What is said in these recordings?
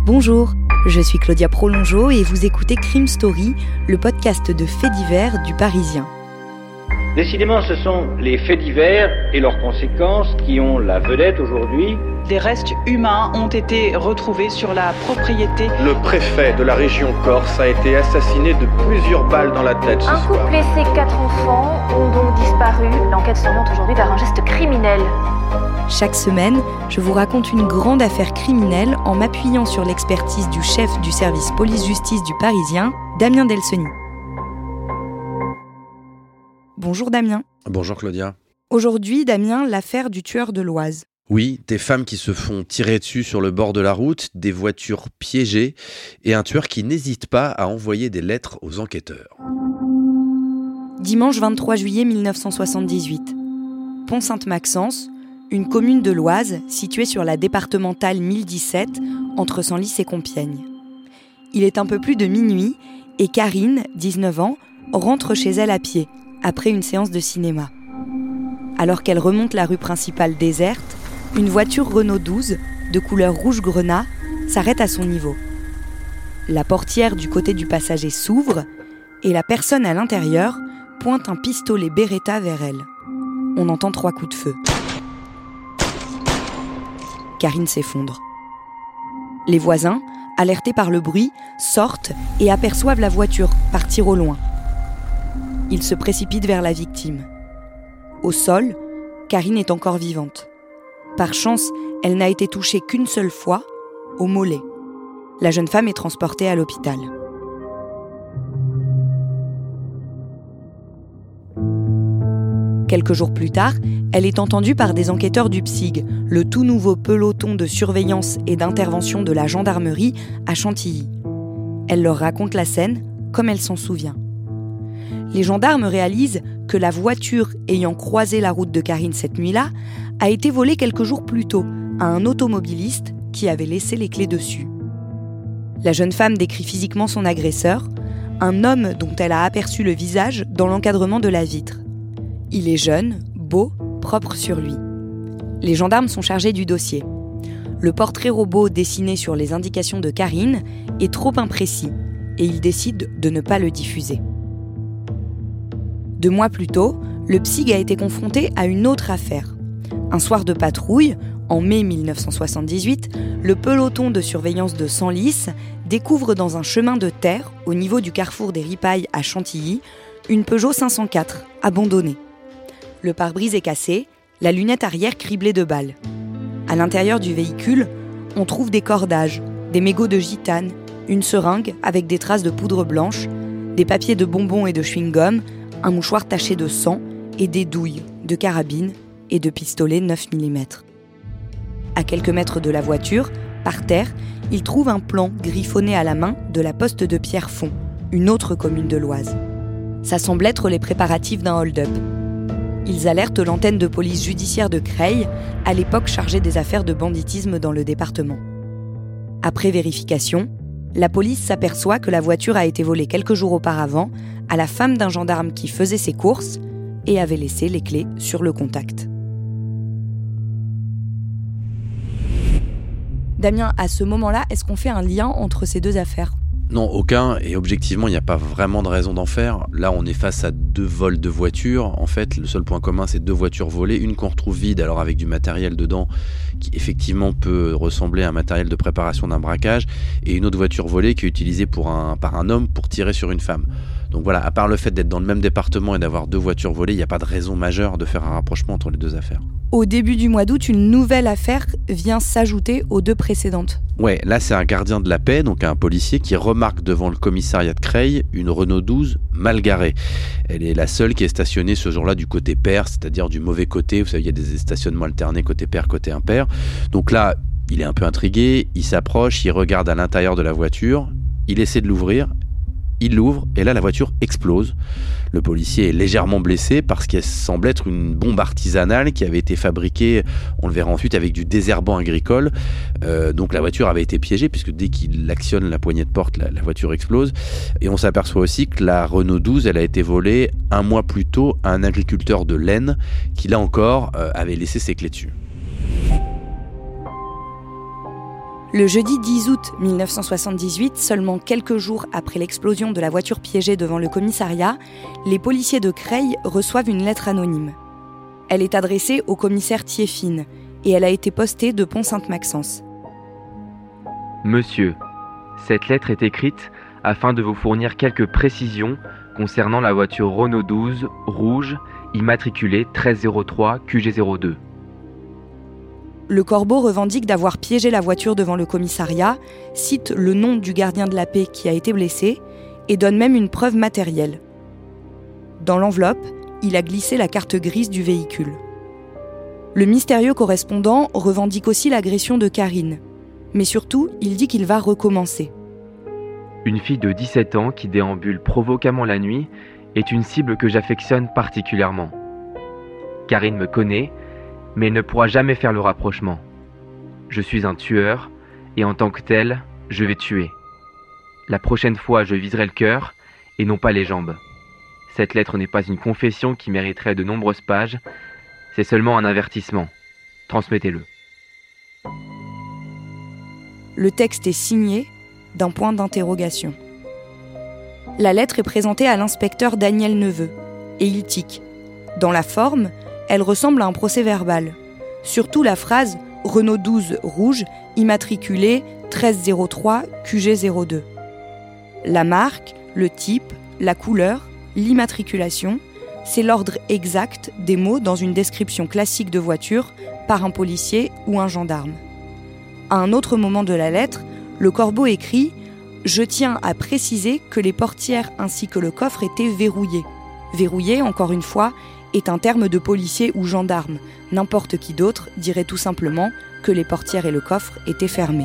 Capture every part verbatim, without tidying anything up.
Bonjour, je suis Claudia Prolongeau et vous écoutez Crime Story, le podcast de faits divers du Parisien. Décidément, ce sont les faits divers et leurs conséquences qui ont la vedette aujourd'hui. Des restes humains ont été retrouvés sur la propriété. Le préfet de la région Corse a été assassiné de plusieurs balles dans la tête ce Un soir. couple et ses quatre enfants ont donc disparu. L'enquête s'oriente aujourd'hui vers un geste criminel. Chaque semaine, je vous raconte une grande affaire criminelle en m'appuyant sur l'expertise du chef du service police-justice du Parisien, Damien Delseny. Bonjour Damien. Bonjour Claudia. Aujourd'hui, Damien, l'affaire du tueur de l'Oise. Oui, des femmes qui se font tirer dessus sur le bord de la route, des voitures piégées et un tueur qui n'hésite pas à envoyer des lettres aux enquêteurs. Dimanche vingt-trois juillet mille neuf cent soixante-dix-huit. Pont-Sainte-Maxence, une commune de l'Oise située sur la départementale mille dix-sept entre Senlis et Compiègne. Il est un peu plus de minuit et Karine, dix-neuf ans, rentre chez elle à pied après une séance de cinéma. Alors qu'elle remonte la rue principale déserte, une voiture Renault douze, de couleur rouge grenat, s'arrête à son niveau. La portière du côté du passager s'ouvre et la personne à l'intérieur pointe un pistolet Beretta vers elle. On entend trois coups de feu. Karine s'effondre. Les voisins, alertés par le bruit, sortent et aperçoivent la voiture partir au loin. Ils se précipitent vers la victime. Au sol, Karine est encore vivante. Par chance, elle n'a été touchée qu'une seule fois, au mollet. La jeune femme est transportée à l'hôpital. Quelques jours plus tard, elle est entendue par des enquêteurs du P S I G, le tout nouveau peloton de surveillance et d'intervention de la gendarmerie à Chantilly. Elle leur raconte la scène comme elle s'en souvient. Les gendarmes réalisent que la voiture ayant croisé la route de Karine cette nuit-là a été volée quelques jours plus tôt à un automobiliste qui avait laissé les clés dessus. La jeune femme décrit physiquement son agresseur, un homme dont elle a aperçu le visage dans l'encadrement de la vitre. Il est jeune, beau, propre sur lui. Les gendarmes sont chargés du dossier. Le portrait robot dessiné sur les indications de Karine est trop imprécis et ils décident de ne pas le diffuser. Deux mois plus tôt, le P S I G a été confronté à une autre affaire. Un soir de patrouille, en mai mille neuf cent soixante-dix-huit, le peloton de surveillance de Senlis découvre dans un chemin de terre, au niveau du carrefour des Ripailles à Chantilly, une Peugeot cinq cent quatre, abandonnée. Le pare-brise est cassé, la lunette arrière criblée de balles. À l'intérieur du véhicule, on trouve des cordages, des mégots de gitane, une seringue avec des traces de poudre blanche, des papiers de bonbons et de chewing-gum, un mouchoir taché de sang et des douilles de carabines et de pistolets neuf millimètres. À quelques mètres de la voiture, par terre, ils trouvent un plan griffonné à la main de la poste de Pierrefonds, une autre commune de l'Oise. Ça semble être les préparatifs d'un hold-up. Ils alertent l'antenne de police judiciaire de Creil, à l'époque chargée des affaires de banditisme dans le département. Après vérification, la police s'aperçoit que la voiture a été volée quelques jours auparavant à la femme d'un gendarme qui faisait ses courses et avait laissé les clés sur le contact. Damien, à ce moment-là, est-ce qu'on fait un lien entre ces deux affaires ? Non, aucun, et objectivement, il n'y a pas vraiment de raison d'en faire. Là, on est face à deux vols de voitures. En fait, le seul point commun, c'est deux voitures volées. Une qu'on retrouve vide, alors avec du matériel dedans, qui effectivement peut ressembler à un matériel de préparation d'un braquage, et une autre voiture volée qui est utilisée pour un, par un homme pour tirer sur une femme. Donc voilà, à part le fait d'être dans le même département et d'avoir deux voitures volées, il n'y a pas de raison majeure de faire un rapprochement entre les deux affaires. Au début du mois d'août, une nouvelle affaire vient s'ajouter aux deux précédentes. Ouais, là c'est un gardien de la paix, donc un policier qui remarque devant le commissariat de Creil une Renault douze mal garée. Elle est la seule qui est stationnée ce jour-là du côté pair, c'est-à-dire du mauvais côté. Vous savez, il y a des stationnements alternés côté pair, côté impair. Donc là, il est un peu intrigué, il s'approche, il regarde à l'intérieur de la voiture, il essaie de l'ouvrir. Il l'ouvre et là la voiture explose. Le policier est légèrement blessé parce qu'elle semble être une bombe artisanale qui avait été fabriquée, on le verra ensuite, avec du désherbant agricole. Euh, donc la voiture avait été piégée puisque dès qu'il actionne la poignée de porte, la, la voiture explose. Et on s'aperçoit aussi que la Renault douze, elle a été volée un mois plus tôt à un agriculteur de l'Aisne qui là encore euh, avait laissé ses clés dessus. Le jeudi dix août mille neuf cent soixante-dix-huit, seulement quelques jours après l'explosion de la voiture piégée devant le commissariat, les policiers de Creil reçoivent une lettre anonyme. Elle est adressée au commissaire Thiéphine et elle a été postée de Pont-Sainte-Maxence. Monsieur, cette lettre est écrite afin de vous fournir quelques précisions concernant la voiture Renault douze rouge immatriculée treize zéro trois Q G zéro deux. Le Corbeau revendique d'avoir piégé la voiture devant le commissariat, cite le nom du gardien de la paix qui a été blessé et donne même une preuve matérielle. Dans l'enveloppe, il a glissé la carte grise du véhicule. Le mystérieux correspondant revendique aussi l'agression de Karine, mais surtout, il dit qu'il va recommencer. Une fille de dix-sept ans qui déambule provoquamment la nuit est une cible que j'affectionne particulièrement. Karine me connaît, mais elle ne pourra jamais faire le rapprochement. Je suis un tueur, et en tant que tel, je vais tuer. La prochaine fois, je viserai le cœur, et non pas les jambes. Cette lettre n'est pas une confession qui mériterait de nombreuses pages, c'est seulement un avertissement. Transmettez-le. Le texte est signé d'un point d'interrogation. La lettre est présentée à l'inspecteur Daniel Neveu, et il tique. Dans la forme, elle ressemble à un procès-verbal. Surtout la phrase « Renault douze rouge, immatriculée treize zéro trois Q G zéro deux ». La marque, le type, la couleur, l'immatriculation, c'est l'ordre exact des mots dans une description classique de voiture par un policier ou un gendarme. À un autre moment de la lettre, le Corbeau écrit « Je tiens à préciser que les portières ainsi que le coffre étaient verrouillés ». Verrouillé, encore une fois, est un terme de policier ou gendarme. N'importe qui d'autre dirait tout simplement que les portières et le coffre étaient fermés.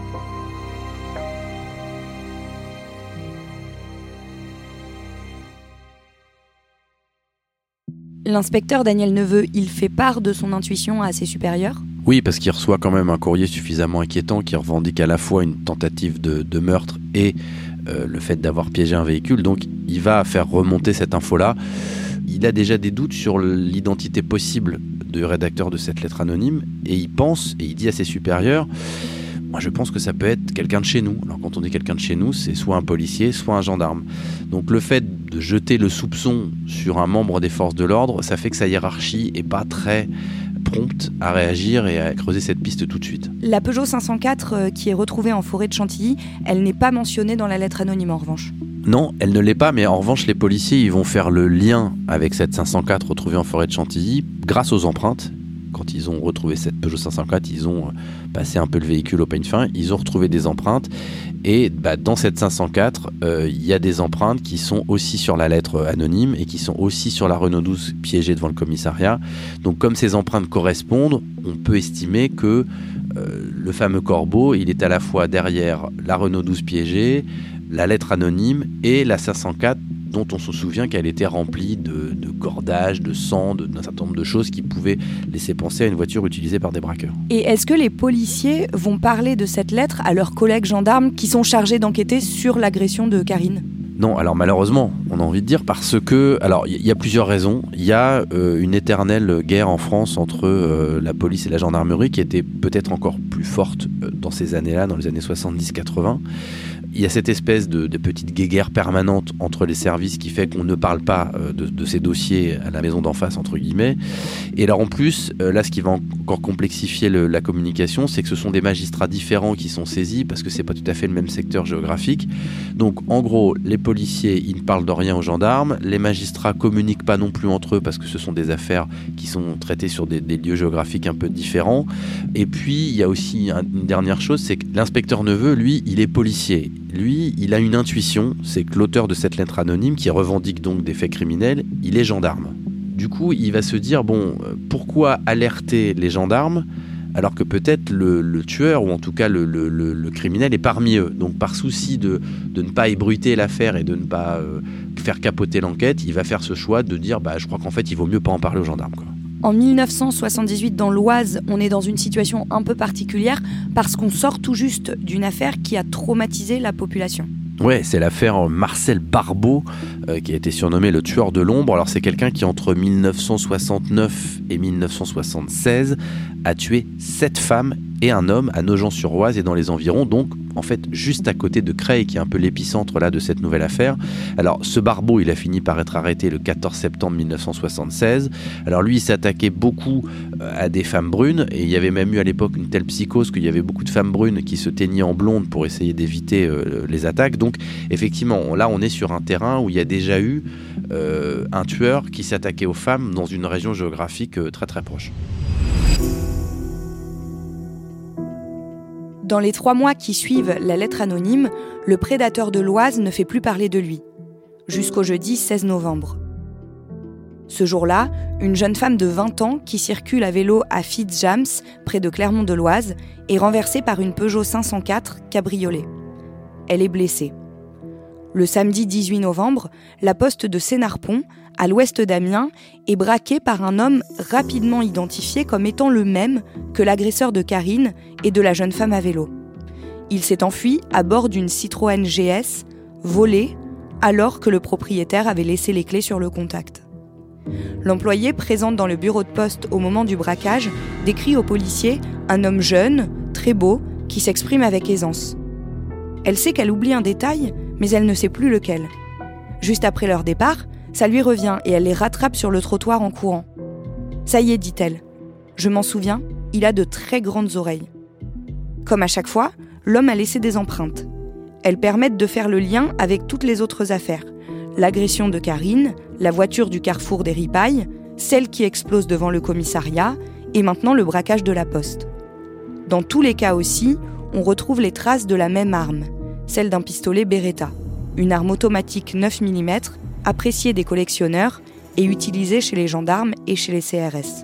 L'inspecteur Daniel Neveu, il fait part de son intuition à ses supérieurs ? Oui, parce qu'il reçoit quand même un courrier suffisamment inquiétant qui revendique à la fois une tentative de, de meurtre et euh, le fait d'avoir piégé un véhicule. Donc il va faire remonter cette info-là. Il a déjà des doutes sur l'identité possible du rédacteur de cette lettre anonyme et il pense, et il dit à ses supérieurs, moi je pense que ça peut être quelqu'un de chez nous. Alors quand on dit quelqu'un de chez nous, c'est soit un policier, soit un gendarme. Donc le fait de jeter le soupçon sur un membre des forces de l'ordre, ça fait que sa hiérarchie est pas très prompte à réagir et à creuser cette piste tout de suite. La Peugeot cinq cent quatre euh, qui est retrouvée en forêt de Chantilly, elle n'est pas mentionnée dans la lettre anonyme en revanche. Non, elle ne l'est pas, mais en revanche, les policiers ils vont faire le lien avec cette cinq cent quatre retrouvée en forêt de Chantilly grâce aux empreintes. Quand ils ont retrouvé cette Peugeot cinq cent quatre, ils ont passé un peu le véhicule au peigne fin, ils ont retrouvé des empreintes. Et bah, dans cette cinq cent quatre, il euh, y a des empreintes qui sont aussi sur la lettre anonyme et qui sont aussi sur la Renault douze piégée devant le commissariat. Donc comme ces empreintes correspondent, on peut estimer que euh, le fameux Corbeau, il est à la fois derrière la Renault douze piégée, la lettre anonyme et la cinq cent quatre dont on se souvient qu'elle était remplie de, de cordages, de sang, de, d'un certain nombre de choses qui pouvaient laisser penser à une voiture utilisée par des braqueurs. Et est-ce que les policiers vont parler de cette lettre à leurs collègues gendarmes qui sont chargés d'enquêter sur l'agression de Karine ? Non, alors malheureusement, on a envie de dire parce que, alors il y, y a plusieurs raisons. Il y a euh, une éternelle guerre en France entre euh, la police et la gendarmerie qui était peut-être encore plus forte euh, dans ces années-là, dans les années soixante-dix quatre-vingts. Il y a cette espèce de, de petite guéguerre permanente entre les services qui fait qu'on ne parle pas euh, de, de ces dossiers à la maison d'en face, entre guillemets. Et alors en plus, euh, là ce qui va encore complexifier le, la communication, c'est que ce sont des magistrats différents qui sont saisis parce que c'est pas tout à fait le même secteur géographique. Donc en gros, les policiers, ils ne parlent de rien aux gendarmes, les magistrats communiquent pas non plus entre eux parce que ce sont des affaires qui sont traitées sur des, des lieux géographiques un peu différents. Et puis il y a aussi un, une dernière chose, c'est que l'inspecteur Neveu, lui, il est policier. Lui, il a une intuition, c'est que l'auteur de cette lettre anonyme, qui revendique donc des faits criminels, il est gendarme. Du coup, il va se dire, bon, pourquoi alerter les gendarmes alors que peut-être le, le tueur, ou en tout cas le, le, le, le criminel, est parmi eux. Donc par souci de, de ne pas ébruiter l'affaire et de ne pas euh, faire capoter l'enquête, il va faire ce choix de dire, bah, je crois qu'en fait, il vaut mieux pas en parler aux gendarmes, quoi. En mille neuf cent soixante-dix-huit, dans l'Oise, on est dans une situation un peu particulière parce qu'on sort tout juste d'une affaire qui a traumatisé la population. Ouais, c'est l'affaire Marcel Barbeau, euh, qui a été surnommé le tueur de l'ombre. Alors c'est quelqu'un qui, entre mille neuf cent soixante-neuf et mille neuf cent soixante-seize, a tué sept femmes et un homme à Nogent-sur-Oise et dans les environs, donc en fait juste à côté de Creil, qui est un peu l'épicentre là de cette nouvelle affaire. Alors ce barbeau, il a fini par être arrêté le quatorze septembre mille neuf cent soixante-seize. Alors lui, il s'attaquait beaucoup à des femmes brunes, et il y avait même eu à l'époque une telle psychose qu'il y avait beaucoup de femmes brunes qui se teignaient en blonde pour essayer d'éviter euh, les attaques. Donc effectivement, là on est sur un terrain où il y a déjà eu euh, un tueur qui s'attaquait aux femmes dans une région géographique euh, très très proche. Dans les trois mois qui suivent la lettre anonyme, le prédateur de l'Oise ne fait plus parler de lui, jusqu'au jeudi seize novembre. Ce jour-là, une jeune femme de vingt ans qui circule à vélo à Fitzjams, près de Clermont-de-Loise, est renversée par une Peugeot cinq cent quatre cabriolet. Elle est blessée. Le samedi dix-huit novembre, la poste de Sénarpont, à l'ouest d'Amiens, est braquée par un homme rapidement identifié comme étant le même que l'agresseur de Karine et de la jeune femme à vélo. Il s'est enfui à bord d'une Citroën G S, volée, alors que le propriétaire avait laissé les clés sur le contact. L'employée présente dans le bureau de poste au moment du braquage décrit aux policiers un homme jeune, très beau, qui s'exprime avec aisance. Elle sait qu'elle oublie un détail, mais elle ne sait plus lequel. Juste après leur départ, ça lui revient et elle les rattrape sur le trottoir en courant. « Ça y est, dit-elle. Je m'en souviens, il a de très grandes oreilles. » Comme à chaque fois, l'homme a laissé des empreintes. Elles permettent de faire le lien avec toutes les autres affaires. L'agression de Karine, la voiture du carrefour des Ripailles, celle qui explose devant le commissariat et maintenant le braquage de la poste. Dans tous les cas aussi, on retrouve les traces de la même arme, celle d'un pistolet Beretta, une arme automatique neuf millimètres, appréciée des collectionneurs et utilisée chez les gendarmes et chez les C R S.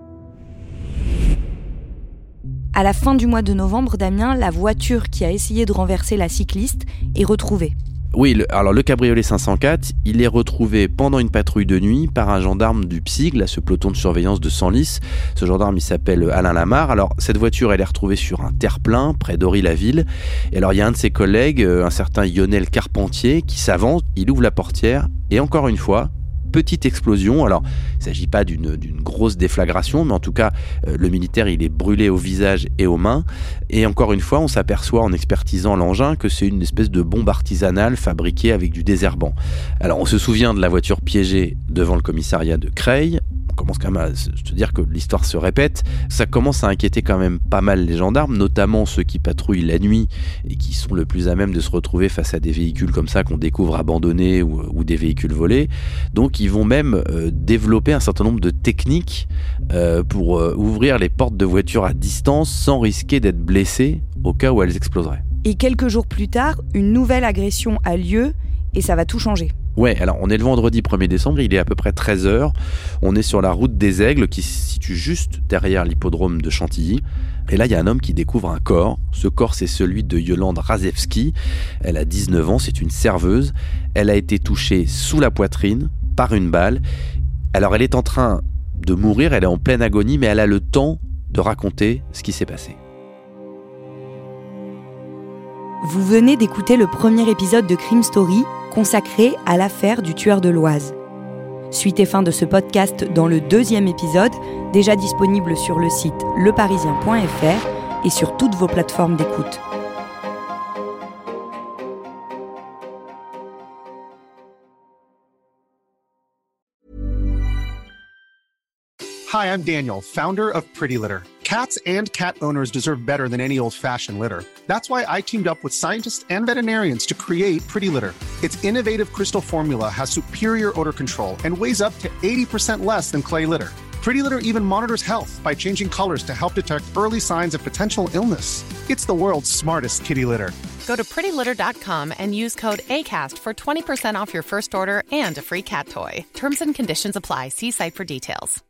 À la fin du mois de novembre, Damien, la voiture qui a essayé de renverser la cycliste est retrouvée. Oui, le, alors le cabriolet cinq cent quatre, il est retrouvé pendant une patrouille de nuit par un gendarme du P S I G, là, ce peloton de surveillance de Senlis. Ce gendarme, il s'appelle Alain Lamarre. Alors, cette voiture, elle est retrouvée sur un terre-plein, près d'Ory-la-Ville. Et alors, il y a un de ses collègues, un certain Lionel Carpentier, qui s'avance, il ouvre la portière, et encore une fois, petite explosion. Alors, il ne s'agit pas d'une, d'une grosse déflagration, mais en tout cas, euh, le militaire, il est brûlé au visage et aux mains. Et encore une fois, on s'aperçoit en expertisant l'engin que c'est une espèce de bombe artisanale fabriquée avec du désherbant. Alors, on se souvient de la voiture piégée devant le commissariat de Creil. On commence quand même à se dire que l'histoire se répète. Ça commence à inquiéter quand même pas mal les gendarmes, notamment ceux qui patrouillent la nuit et qui sont le plus à même de se retrouver face à des véhicules comme ça qu'on découvre abandonnés ou, ou des véhicules volés. Donc ils vont même euh, développer un certain nombre de techniques euh, pour euh, ouvrir les portes de voitures à distance sans risquer d'être blessés au cas où elles exploseraient. Et quelques jours plus tard, une nouvelle agression a lieu et ça va tout changer. Ouais, alors on est le vendredi premier décembre, il est à peu près treize heures. On est sur la route des Aigles qui se situe juste derrière l'hippodrome de Chantilly. Et là, il y a un homme qui découvre un corps. Ce corps, c'est celui de Yolande Razewski. Elle a dix-neuf ans, c'est une serveuse. Elle a été touchée sous la poitrine par une balle. Alors elle est en train de mourir, elle est en pleine agonie, mais elle a le temps de raconter ce qui s'est passé. Vous venez d'écouter le premier épisode de Crime Story consacré à l'affaire du tueur de l'Oise. Suite et fin de ce podcast dans le deuxième épisode, déjà disponible sur le site le parisien point f r et sur toutes vos plateformes d'écoute. Hi, I'm Daniel, founder of Pretty Litter. Cats and cat owners deserve better than any old-fashioned litter. That's why I teamed up with scientists and veterinarians to create Pretty Litter. Its innovative crystal formula has superior odor control and weighs up to eighty percent less than clay litter. Pretty Litter even monitors health by changing colors to help detect early signs of potential illness. It's the world's smartest kitty litter. Go to pretty litter dot com and use code ACAST for twenty percent off your first order and a free cat toy. Terms and conditions apply. See site for details.